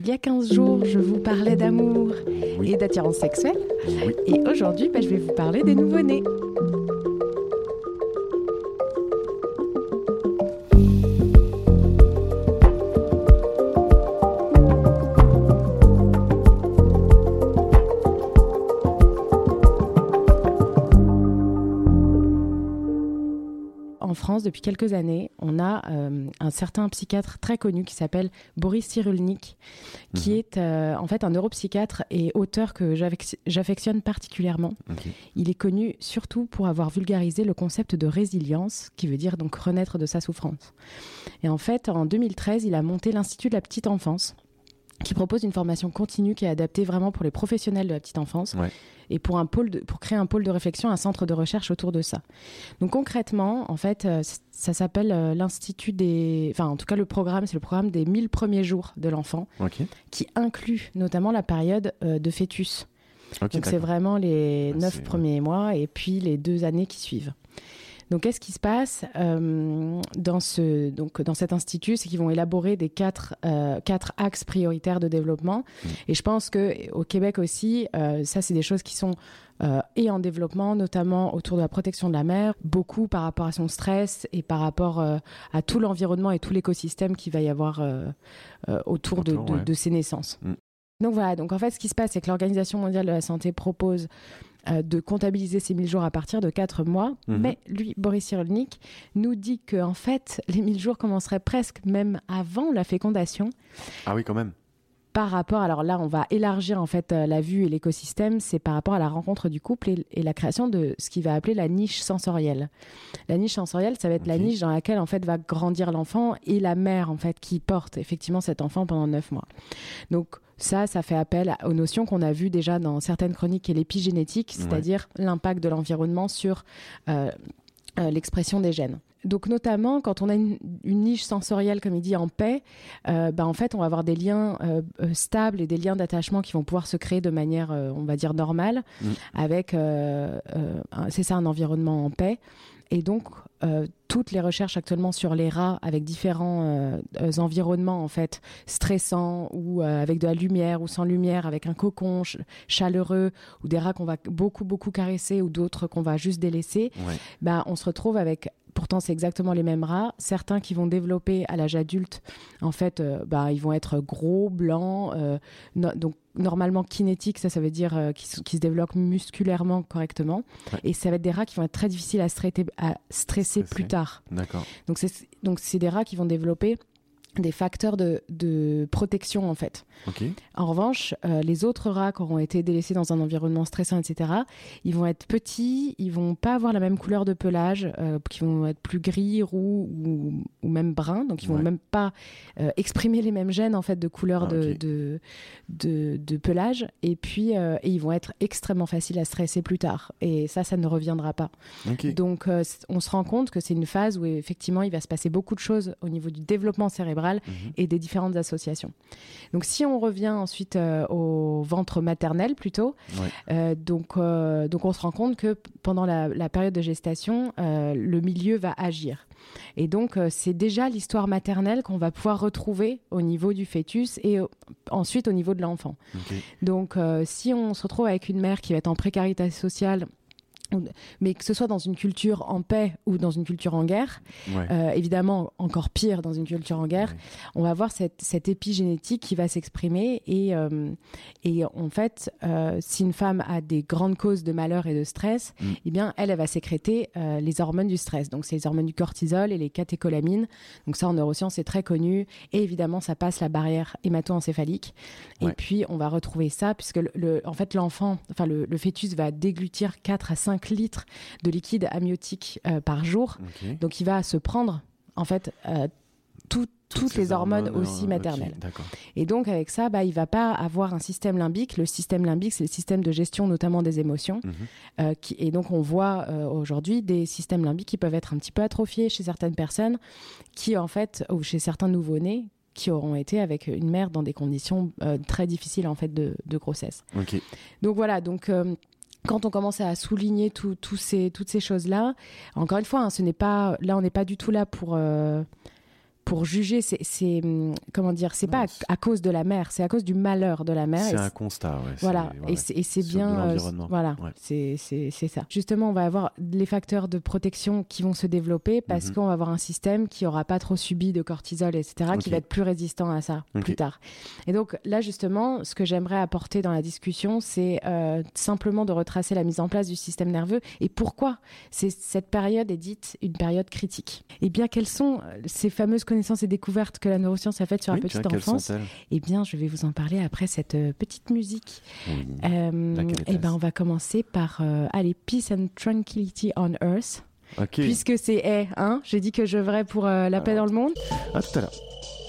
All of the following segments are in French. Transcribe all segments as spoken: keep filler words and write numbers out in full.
Il y a quinze jours, je vous parlais d'amour oui. et d'attirance sexuelle. Oui. Et aujourd'hui, bah, je vais vous parler des nouveau-nés. En France, depuis quelques années, on a euh, un certain psychiatre très connu qui s'appelle Boris Cyrulnik, qui mmh. est euh, en fait un neuropsychiatre et auteur que j'affec- j'affectionne particulièrement. Okay. Il est connu surtout pour avoir vulgarisé le concept de résilience, qui veut dire donc renaître de sa souffrance. Et en fait, en deux mille treize, il a monté l'Institut de la petite enfance, qui propose une formation continue qui est adaptée vraiment pour les professionnels de la petite enfance ouais. et pour, un pôle de, pour créer un pôle de réflexion, un centre de recherche autour de ça. Donc concrètement, en fait, ça s'appelle l'Institut des... Enfin, en tout cas, le programme, c'est le programme des mille premiers jours de l'enfant, okay. qui inclut notamment la période euh, de fœtus. Okay, Donc, d'accord. c'est vraiment les neuf ah, premiers ouais. mois et puis les deux années qui suivent. Donc, qu'est-ce qui se passe euh, dans, ce, donc, dans cet institut? C'est qu'ils vont élaborer des quatre, euh, quatre axes prioritaires de développement. Mmh. Et je pense qu'au Québec aussi, euh, ça, c'est des choses qui sont euh, et en développement, notamment autour de la protection de la mère, beaucoup par rapport à son stress et par rapport euh, à tout l'environnement et tout l'écosystème qu'il va y avoir euh, euh, autour, autour de, de, ouais. de ces naissances. Mmh. Donc, voilà. Donc, en fait, ce qui se passe, c'est que l'Organisation mondiale de la santé propose Euh, de comptabiliser ces mille jours à partir de quatre mois. Mmh. Mais lui, Boris Cyrulnik, nous dit qu'en fait, les mille jours commenceraient presque même avant la fécondation. Ah oui, quand même. Par rapport, alors là, on va élargir en fait euh, la vue et l'écosystème, c'est par rapport à la rencontre du couple et, et la création de ce qu'il va appeler la niche sensorielle. La niche sensorielle, ça va être okay. la niche dans laquelle en fait va grandir l'enfant et la mère en fait qui porte effectivement cet enfant pendant neuf mois. Donc ça, ça fait appel aux notions qu'on a vues déjà dans certaines chroniques et l'épigénétique, c'est-à-dire ouais. l'impact de l'environnement sur euh, euh, l'expression des gènes. Donc notamment, quand on a une, une niche sensorielle, comme il dit, en paix, euh, bah, en fait, on va avoir des liens euh, stables et des liens d'attachement qui vont pouvoir se créer de manière, euh, on va dire, normale, mmh. avec, euh, euh, c'est ça, un environnement en paix. Et donc, euh, toutes les recherches actuellement sur les rats avec différents euh, environnements en fait stressants ou euh, avec de la lumière ou sans lumière, avec un cocon ch- chaleureux ou des rats qu'on va beaucoup beaucoup caresser ou d'autres qu'on va juste délaisser, ouais. bah, on se retrouve avec... Pourtant, c'est exactement les mêmes rats. Certains qui vont développer à l'âge adulte, en fait, euh, bah, ils vont être gros, blancs, euh, no- donc normalement kinétiques, ça, ça veut dire euh, qu'ils, qu'ils se développent musculairement correctement. Ouais. Et ça va être des rats qui vont être très difficiles à stresser, à stresser Stressé. plus tard. D'accord. Donc c'est, donc, c'est des rats qui vont développer des facteurs de, de protection, en fait. Okay. En revanche, euh, les autres rats qui auront été délaissés dans un environnement stressant, et cetera, ils vont être petits, ils vont pas avoir la même couleur de pelage, euh, qui vont être plus gris, roux ou, ou même brun, donc ils vont ouais. même pas euh, exprimer les mêmes gènes en fait de couleur ah, de, okay. de, de, de pelage, et puis euh, et ils vont être extrêmement faciles à stresser plus tard, et ça, ça ne reviendra pas. Okay. Donc, euh, on se rend compte que c'est une phase où effectivement, il va se passer beaucoup de choses au niveau du développement cérébral Mmh. et des différentes associations. Donc, si on revient ensuite euh, au ventre maternel plutôt, ouais. euh, donc, euh, donc on se rend compte que pendant la, la période de gestation, euh, le milieu va agir. Et donc, euh, c'est déjà l'histoire maternelle qu'on va pouvoir retrouver au niveau du fœtus et euh, ensuite au niveau de l'enfant. Okay. Donc, euh, si on se retrouve avec une mère qui va être en précarité sociale, mais que ce soit dans une culture en paix ou dans une culture en guerre, ouais. euh, évidemment encore pire dans une culture en guerre, ouais. on va avoir cette, cette épigénétique qui va s'exprimer et, euh, et en fait, euh, si une femme a des grandes causes de malheur et de stress, mm. eh bien, elle, elle va sécréter euh, les hormones du stress. Donc, c'est les hormones du cortisol et les catécholamines. Donc ça, en neurosciences, c'est très connu. Et évidemment, ça passe la barrière hémato-encéphalique. Ouais. Et puis, on va retrouver ça puisque, le, le, en fait, l'enfant, enfin, le, le fœtus va déglutir quatre à cinq litres de liquide amniotique euh, par jour. Okay. Donc, il va se prendre, en fait, euh, tout, toutes, toutes les hormones, hormones aussi maternelles. Okay, et donc, avec ça, bah, il ne va pas avoir un système limbique. Le système limbique, c'est le système de gestion notamment des émotions. Mm-hmm. Euh, qui, et donc, on voit euh, aujourd'hui des systèmes limbiques qui peuvent être un petit peu atrophiés chez certaines personnes qui, en fait, ou chez certains nouveau-nés, qui auront été avec une mère dans des conditions euh, très difficiles, en fait, de, de grossesse. Okay. Donc, voilà. Donc... Euh, Quand on commence à souligner tout, tout ces, toutes ces choses-là, encore une fois, hein, ce n'est pas, là, on n'est pas du tout là pour, euh, pour juger. C'est, c'est comment dire, c'est non, pas à, à cause de la mère, c'est à cause du malheur de la mère. C'est et un c'est, constat, ouais. Voilà, c'est, ouais, et c'est, et c'est bien. Euh, voilà, ouais. c'est, c'est, c'est ça. Justement, on va avoir les facteurs de protection qui vont se développer parce mm-hmm. qu'on va avoir un système qui aura pas trop subi de cortisol, et cetera, okay. qui va être plus résistant à ça okay. plus tard. Et donc là, justement, ce que j'aimerais apporter dans la discussion, c'est euh, simplement de retracer la mise en place du système nerveux et pourquoi c'est, cette période est dite une période critique. Et bien, quelles sont ces fameuses connaissances et découvertes que la neuroscience a faites sur oui, la petite tiens, enfance ? Eh bien, je vais vous en parler après cette euh, petite musique. Oui, euh, et ben, on va commencer par euh, allez, Peace and Tranquility on Earth. Okay. Puisque c'est hey, hein, j'ai dit que je j'œuvrais pour euh, la paix dans le monde. À tout à l'heure.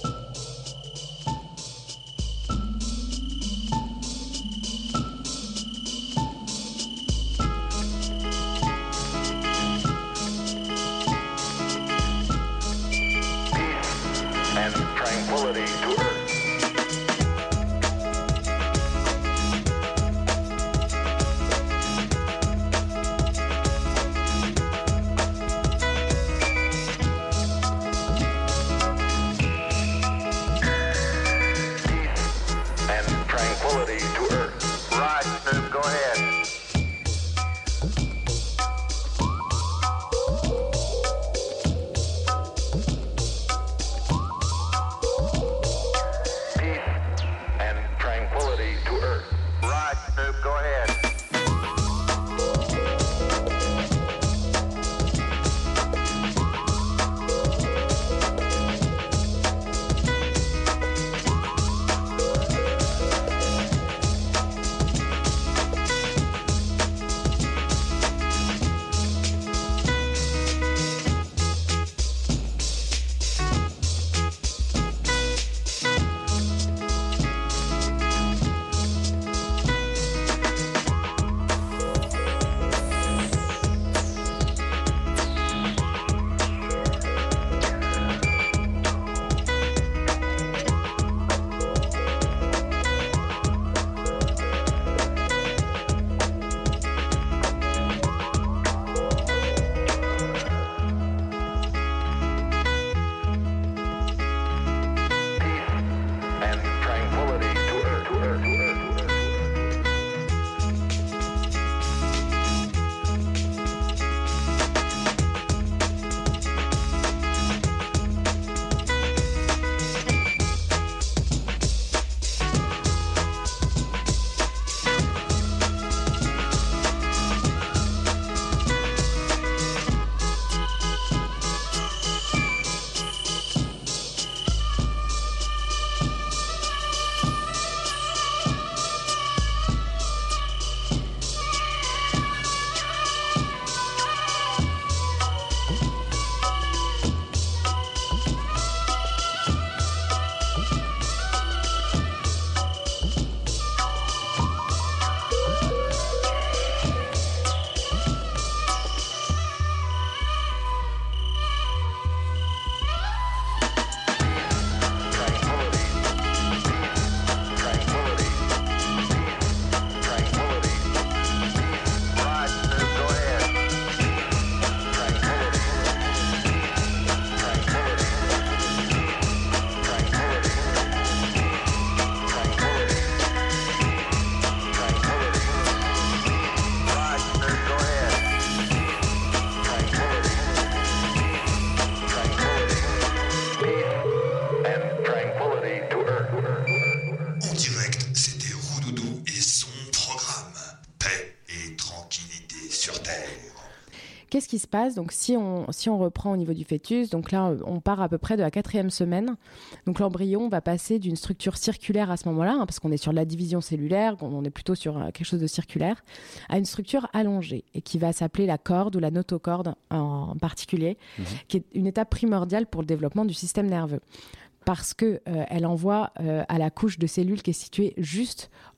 Qu'est-ce qui se passe ? Donc, si on, si on reprend au niveau du fœtus, donc là, on part à peu près de la quatrième semaine. Donc, l'embryon va passer d'une structure circulaire à ce moment-là, hein, parce qu'on est sur la division cellulaire, on est plutôt sur quelque chose de circulaire, à une structure allongée et qui va s'appeler la corde ou la notocorde en particulier, mmh. qui est une étape primordiale pour le développement du système nerveux. Parce qu'elle euh, envoie euh, à la couche de cellules qui est située juste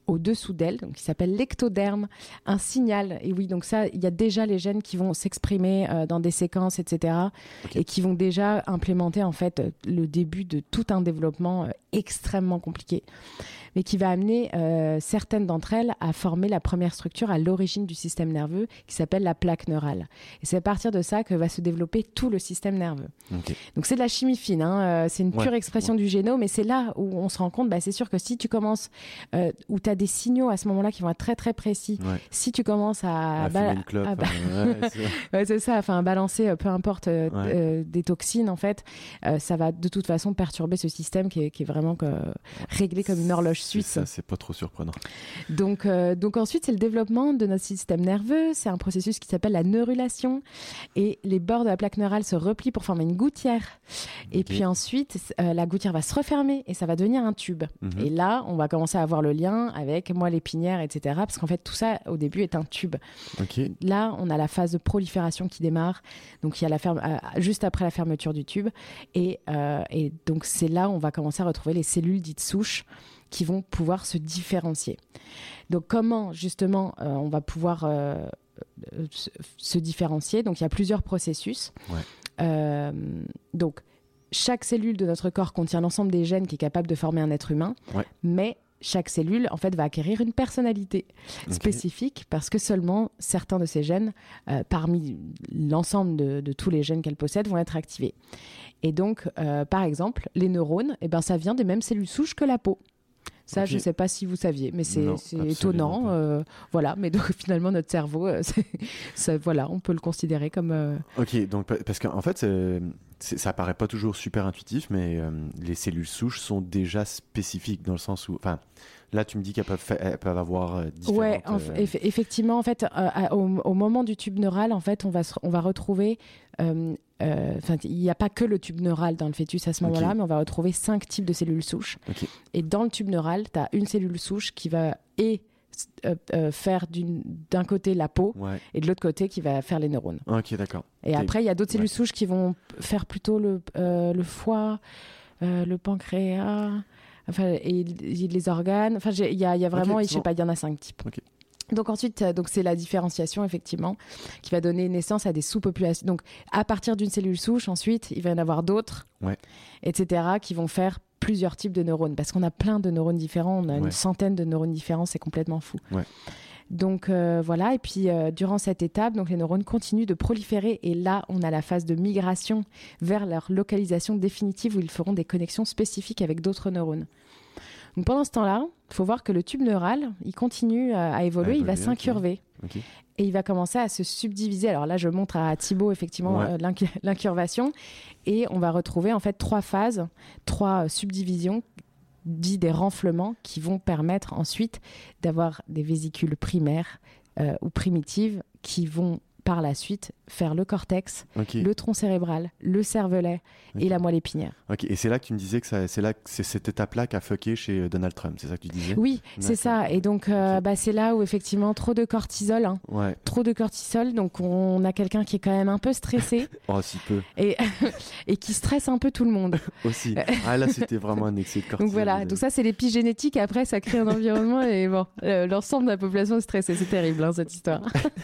au-dessous d'elle, donc qui s'appelle l'ectoderme, un signal. Et oui, donc ça, il y a déjà les gènes qui vont s'exprimer euh, dans des séquences, et cetera, okay. et qui vont déjà implémenter en fait le début de tout un développement euh, extrêmement compliqué, mais qui va amener euh, certaines d'entre elles à former la première structure à l'origine du système nerveux, qui s'appelle la plaque neurale. Et c'est à partir de ça que va se développer tout le système nerveux. Okay. Donc c'est de la chimie fine, hein, euh, c'est une pure ouais, expression ouais. du génome, et c'est là où on se rend compte, bah, c'est sûr que si tu commences, euh, où tu as des signaux à ce moment-là qui vont être très très précis, ouais. si tu commences à... à ba- fumer une clope, à ba- euh, ouais, c'est... ouais, c'est ça, enfin, balancer peu importe euh, ouais. euh, des toxines, en fait, euh, ça va de toute façon perturber ce système qui est, qui est vraiment que, réglé comme une horloge suisse. C'est ça, c'est pas trop surprenant. Donc, euh, donc ensuite, c'est le développement de notre système nerveux. C'est un processus qui s'appelle la neurulation. Et les bords de la plaque neurale se replient pour former une gouttière. Et okay. puis ensuite, euh, la gouttière va se refermer et ça va devenir un tube. Mm-hmm. Et là, on va commencer à avoir le lien avec moelle épinière, et cetera. Parce qu'en fait, tout ça, au début, est un tube. Okay. Là, on a la phase de prolifération qui démarre. Donc, il y a la ferme, euh, juste après la fermeture du tube. Et, euh, et donc, c'est là où on va commencer à retrouver les cellules dites souches qui vont pouvoir se différencier. Donc, comment, justement, euh, on va pouvoir euh, se, se différencier? Donc, il y a plusieurs processus. Ouais. Euh, donc, chaque cellule de notre corps contient l'ensemble des gènes qui est capable de former un être humain, ouais. mais chaque cellule, en fait, va acquérir une personnalité okay. spécifique parce que seulement certains de ces gènes, euh, parmi l'ensemble de, de tous les gènes qu'elle possède, vont être activés. Et donc, euh, par exemple, les neurones, eh ben, ça vient des mêmes cellules souches que la peau. Ça, okay. je ne sais pas si vous saviez, mais c'est, non, c'est étonnant. Euh, voilà, mais donc finalement, notre cerveau, euh, c'est, ça, voilà, on peut le considérer comme... Euh... Ok, donc parce qu'en fait, c'est, c'est, ça paraît pas toujours super intuitif, mais euh, les cellules souches sont déjà spécifiques dans le sens où... Enfin, là, tu me dis qu'elles peuvent, fa- elles peuvent avoir euh, différentes... Ouais, en, euh... eff- effectivement, en fait, euh, au, au moment du tube neural, en fait, on va, se, on va retrouver... Euh, Euh, il n'y a pas que le tube neural dans le fœtus à ce moment-là, okay. mais on va retrouver cinq types de cellules souches. Okay. Et dans le tube neural, tu as une cellule souche qui va et, euh, euh, faire d'une, d'un côté la peau ouais. et de l'autre côté qui va faire les neurones. Ok, d'accord. Et okay. après, il y a d'autres cellules ouais. souches qui vont faire plutôt le, euh, le foie, euh, le pancréas, enfin, et, et les organes. Enfin, il y a, y a vraiment, okay, je sais pas, il y en a cinq types. Okay. Donc ensuite, donc c'est la différenciation effectivement qui va donner naissance à des sous-populations. Donc à partir d'une cellule souche, ensuite, il va y en avoir d'autres, ouais. et cetera, qui vont faire plusieurs types de neurones. Parce qu'on a plein de neurones différents, on a ouais. une centaine de neurones différents, c'est complètement fou. Ouais. Donc euh, voilà, et puis euh, durant cette étape, donc les neurones continuent de proliférer et là, on a la phase de migration vers leur localisation définitive où ils feront des connexions spécifiques avec d'autres neurones. Donc pendant ce temps-là, il faut voir que le tube neural, il continue à, à évoluer, à il va s'incurver. Okay. Okay. Et il va commencer à se subdiviser. Alors là, je montre à Thibaut, effectivement, ouais. euh, l'inc- l'incurvation. Et on va retrouver en fait trois phases, trois subdivisions, dit des renflements, qui vont permettre ensuite d'avoir des vésicules primaires euh, ou primitives qui vont par la suite faire le cortex, okay. le tronc cérébral, le cervelet okay. et la moelle épinière. Ok, et c'est là que tu me disais que ça, c'est là que c'est cette étape-là qu'a fucké chez Donald Trump, c'est ça que tu disais? Oui, D'accord. c'est ça. Et donc, euh, okay. bah, c'est là où effectivement trop de cortisol, hein. ouais. trop de cortisol. Donc, on a quelqu'un qui est quand même un peu stressé. oh, si peu. Et, et qui stresse un peu tout le monde. Aussi. Ah là, c'était vraiment un excès de cortisol. Donc voilà. Donc ça, c'est l'épigénétique. Après, ça crée un environnement et bon, euh, l'ensemble de la population est stressée. C'est terrible, hein, cette histoire.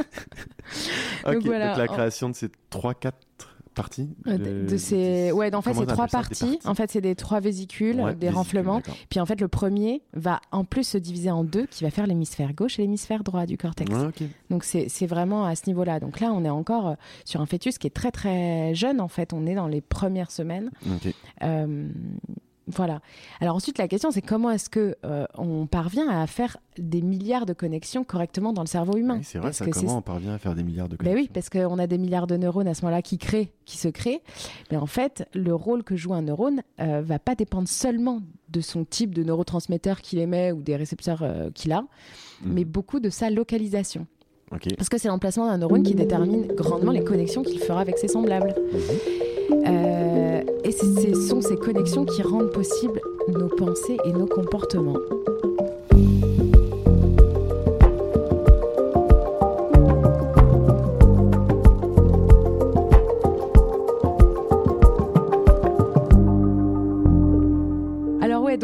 Okay, donc, voilà. donc la création de ces trois quatre parties de, de, de ces ouais en fait c'est trois parties. parties en fait c'est des trois vésicules, ouais, des vésicules, renflements d'accord. Puis en fait le premier va en plus se diviser en deux qui va faire l'hémisphère gauche et l'hémisphère droit du cortex. Ouais, okay. Donc c'est, c'est vraiment à ce niveau-là. Donc là on est encore sur un fœtus qui est très très jeune en fait, on est dans les premières semaines. Okay. Euh, Voilà. Alors ensuite, la question, c'est comment est-ce que euh, on parvient à faire des milliards de connexions correctement dans le cerveau humain? Oui, c'est vrai, parce ça, que comment c'est... on parvient à faire des milliards de connexions? Ben oui, parce qu'on a des milliards de neurones à ce moment-là qui créent, qui se créent. Mais en fait, le rôle que joue un neurone euh, va pas dépendre seulement de son type de neurotransmetteur qu'il émet ou des récepteurs euh, qu'il a, mmh. mais beaucoup de sa localisation. Okay. Parce que c'est l'emplacement d'un neurone qui détermine grandement les connexions qu'il fera avec ses semblables. Mmh. Euh, et c'est, ce sont ces connexions qui rendent possible nos pensées et nos comportements.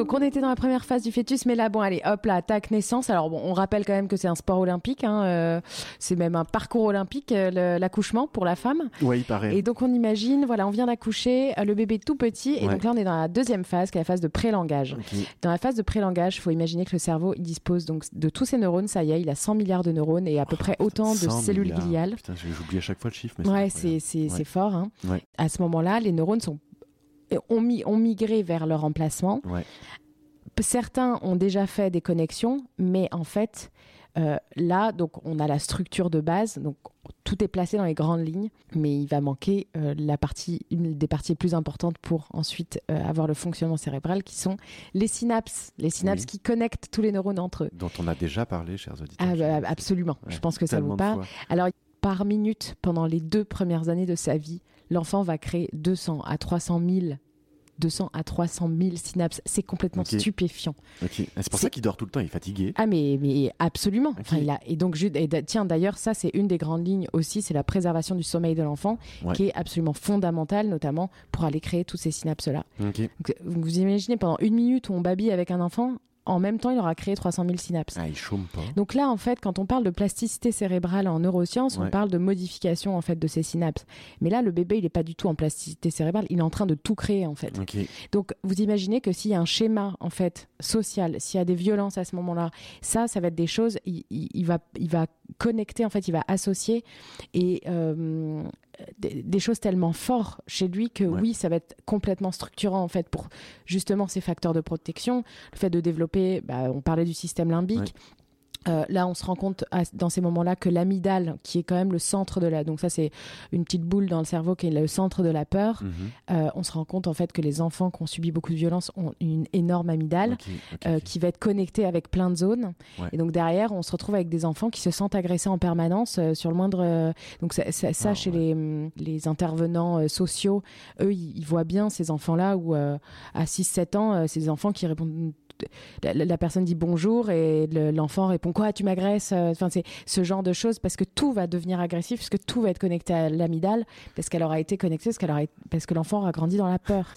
donc on était dans la première phase du fœtus, mais là, bon, allez, hop là, tac, naissance. Alors bon, on rappelle quand même que c'est un sport olympique, hein, euh, c'est même un parcours olympique, euh, le, l'accouchement pour la femme. Oui, il paraît. Et donc on imagine, voilà, on vient d'accoucher, euh, le bébé est tout petit, et ouais. donc là on est dans la deuxième phase, qui est la phase de pré-langage. Okay. Dans la phase de pré-langage, il faut imaginer que le cerveau, il dispose donc de tous ses neurones, ça y est, il a cent milliards de neurones et à peu oh, près autant de cellules milliards. gliales. Putain, j'oublie à chaque fois le chiffre. Mais ouais, c'est, c'est, ouais. c'est fort. Hein. Ouais. À ce moment-là, les neurones sont, ont, mis, ont migré vers leur emplacement. Ouais. Certains ont déjà fait des connexions, mais en fait, euh, là, donc, on a la structure de base, donc tout est placé dans les grandes lignes, mais il va manquer euh, la partie, une des parties les plus importantes pour ensuite euh, avoir le fonctionnement cérébral, qui sont les synapses, les synapses oui. qui connectent tous les neurones entre eux. Dont on a déjà parlé, chers auditeurs. Ah, bah, absolument, ouais, je pense que ça vous parle. Alors, par minute, pendant les deux premières années de sa vie, l'enfant va créer deux cents à trois cent mille synapses. C'est complètement okay. stupéfiant. Okay. C'est pour c'est... ça qu'il dort tout le temps, il est fatigué. Ah mais, mais absolument. Okay. Enfin, il a... Et donc, et tiens, d'ailleurs, ça c'est une des grandes lignes aussi, c'est la préservation du sommeil de l'enfant, ouais. qui est absolument fondamentale, notamment pour aller créer tous ces synapses-là. Okay. Donc, vous imaginez, pendant une minute où on babille avec un enfant, en même temps, il aura créé trois cent mille synapses. Ah, il chôme pas. Donc là, en fait, quand on parle de plasticité cérébrale en neurosciences, ouais. on parle de modification en fait de ces synapses. Mais là, le bébé, il n'est pas du tout en plasticité cérébrale. Il est en train de tout créer en fait. Okay. Donc, vous imaginez que s'il y a un schéma en fait social, s'il y a des violences à ce moment-là, ça, ça va être des choses. Il, il, il va, il va connecter en fait, il va associer et euh, Des, des choses tellement fortes chez lui que ouais. oui, ça va être complètement structurant en fait pour justement ces facteurs de protection, le fait de développer, bah, on parlait du système limbique. Ouais. Euh, là, on se rend compte à, dans ces moments-là que l'amygdale, qui est quand même le centre de la... Donc ça, c'est une petite boule dans le cerveau qui est le centre de la peur. Mm-hmm. Euh, on se rend compte en fait que les enfants qui ont subi beaucoup de violence ont une énorme amygdale okay, okay, euh, okay. qui va être connectée avec plein de zones. Ouais. Et donc derrière, on se retrouve avec des enfants qui se sentent agressés en permanence euh, sur le moindre... Euh... Donc ça, ça, ça ah, chez ouais. les, les intervenants euh, sociaux, eux, ils, ils voient bien ces enfants-là où euh, à six sept ans, euh, c'est des enfants qui répondent... La, la personne dit bonjour et le, l'enfant répond quoi, tu m'agresses, enfin c'est ce genre de choses parce que tout va devenir agressif, parce que tout va être connecté à l'amygdale, parce qu'elle aura été connectée, parce qu'elle aura été, parce que l'enfant aura grandi dans la peur.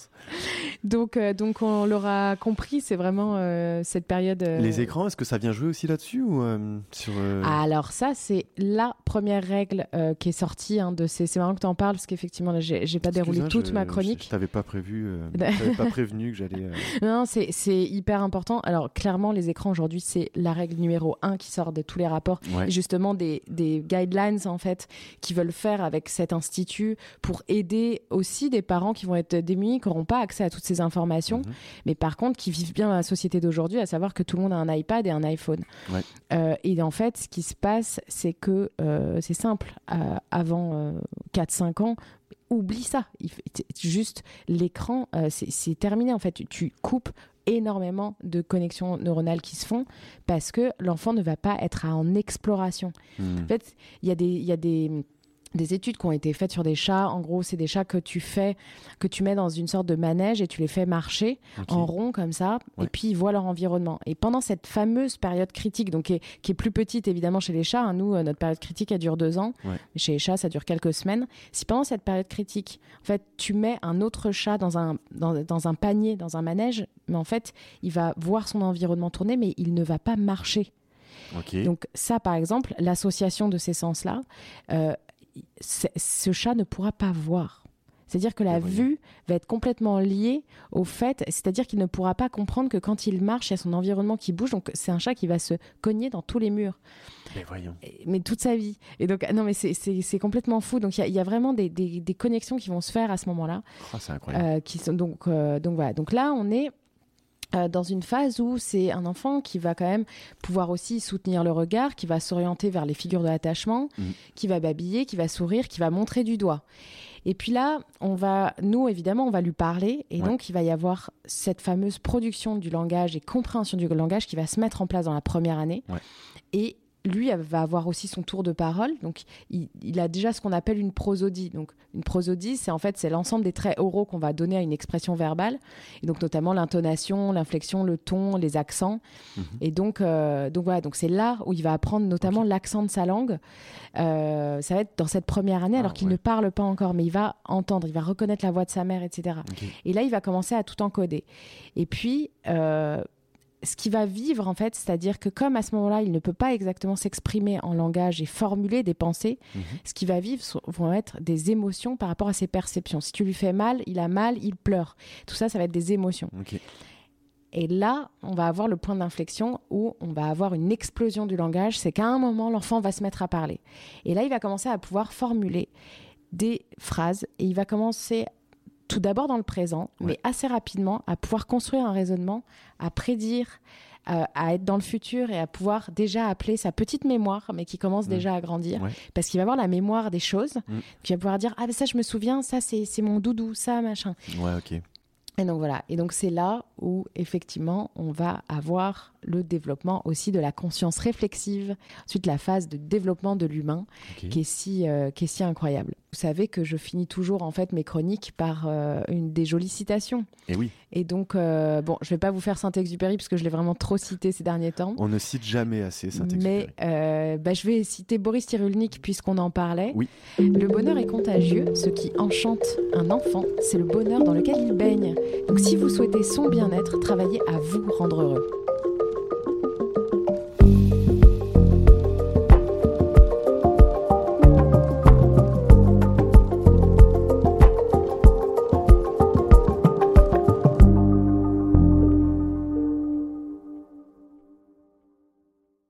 donc euh, donc on l'aura compris, c'est vraiment euh, cette période. Euh... Les écrans, est-ce que ça vient jouer aussi là-dessus ou euh, sur euh... Alors ça c'est la première règle euh, qui est sortie hein, de ces. C'est marrant que tu en parles parce qu'effectivement là j'ai, j'ai pas Excuse déroulé toute je, ma chronique. Je, je t'avais pas prévu, euh, je t'avais pas prévenu que j'allais. Euh... Non c'est c'est hyper important. Alors clairement les écrans aujourd'hui c'est la règle numéro un qui sort de tous les rapports ouais. et justement des, des guidelines en fait qui veulent faire avec cet institut pour aider aussi des parents qui vont être démunis, qui n'auront pas accès à toutes ces informations, mmh. mais par contre qui vivent bien dans la société d'aujourd'hui, à savoir que tout le monde a un iPad et un iPhone. Ouais. Euh, et en fait ce qui se passe c'est que euh, c'est simple, euh, avant euh, quatre cinq ans oublie ça, Il, juste l'écran euh, c'est, c'est terminé en fait, tu, tu coupes énormément de connexions neuronales qui se font parce que l'enfant ne va pas être en exploration. Mmh. En fait, il y a des, il y a des, des études qui ont été faites sur des chats. En gros, c'est des chats que tu fais, que tu mets dans une sorte de manège et tu les fais marcher okay. en rond comme ça, ouais. et puis ils voient leur environnement. Et pendant cette fameuse période critique, donc qui est, qui est plus petite évidemment chez les chats, hein, nous, notre période critique, elle dure deux ans, ouais. mais chez les chats, ça dure quelques semaines. Si pendant cette période critique, en fait, tu mets un autre chat dans un, dans, dans un panier, dans un manège, mais en fait, il va voir son environnement tourner, mais il ne va pas marcher. Okay. Donc ça, par exemple, l'association de ces sens-là, euh, ce chat ne pourra pas voir. C'est-à-dire que la Mais vue voyons. va être complètement liée au fait, c'est-à-dire qu'il ne pourra pas comprendre que quand il marche, il y a son environnement qui bouge, donc c'est un chat qui va se cogner dans tous les murs. Mais voyons. Mais toute sa vie. Et donc, non, mais c'est, c'est, c'est complètement fou. Donc, il y, y a vraiment des, des, des connexions qui vont se faire à ce moment-là. Oh, c'est incroyable. Euh, qui sont, donc, euh, donc, voilà. Donc là, on est Euh, dans une phase où c'est un enfant qui va quand même pouvoir aussi soutenir le regard, qui va s'orienter vers les figures de l'attachement, mmh. qui va babiller, qui va sourire, qui va montrer du doigt. Et puis là, on va, nous évidemment, on va lui parler et ouais. donc il va y avoir cette fameuse production du langage et compréhension du langage qui va se mettre en place dans la première année. Ouais. Et lui va avoir aussi son tour de parole. Donc, il, il a déjà ce qu'on appelle une prosodie. Donc, une prosodie, c'est en fait c'est l'ensemble des traits oraux qu'on va donner à une expression verbale. Et donc, notamment l'intonation, l'inflexion, le ton, les accents. Mmh. Et donc, euh, donc voilà. Donc, c'est là où il va apprendre notamment okay. l'accent de sa langue. Euh, ça va être dans cette première année, ah, alors qu'il ouais. ne parle pas encore, mais il va entendre, il va reconnaître la voix de sa mère, et cetera. Okay. Et là, il va commencer à tout encoder. Et puis, euh, ce qu'il va vivre, en fait, c'est-à-dire que comme à ce moment-là, il ne peut pas exactement s'exprimer en langage et formuler des pensées, mmh. ce qu'il va vivre vont être des émotions par rapport à ses perceptions. Si tu lui fais mal, il a mal, il pleure. Tout ça, ça va être des émotions. Okay. Et là, on va avoir le point d'inflexion où on va avoir une explosion du langage. C'est qu'à un moment, l'enfant va se mettre à parler. Et là, il va commencer à pouvoir formuler des phrases et il va commencer tout d'abord dans le présent, ouais. mais assez rapidement à pouvoir construire un raisonnement, à prédire, euh, à être dans le futur et à pouvoir déjà appeler sa petite mémoire, mais qui commence mmh. déjà à grandir, ouais. parce qu'il va avoir la mémoire des choses, mmh. qui va pouvoir dire « Ah, ben ça, je me souviens, ça, c'est, c'est mon doudou, ça, machin. » Ouais, ok. Et donc voilà, et donc c'est là où effectivement on va avoir le développement aussi de la conscience réflexive, ensuite la phase de développement de l'humain okay. qui est si euh, qui est si incroyable. Vous savez que je finis toujours en fait mes chroniques par euh, une des jolies citations. Et oui. Et donc euh, bon, je vais pas vous faire Saint-Exupéry parce que je l'ai vraiment trop cité ces derniers temps. On ne cite jamais assez Saint-Exupéry. Mais euh, bah, je vais citer Boris Cyrulnik puisqu'on en parlait. Oui. Le bonheur est contagieux. Ce qui enchante un enfant, c'est le bonheur dans lequel il baigne. Donc si vous souhaitez son bien-être, travaillez à vous rendre heureux.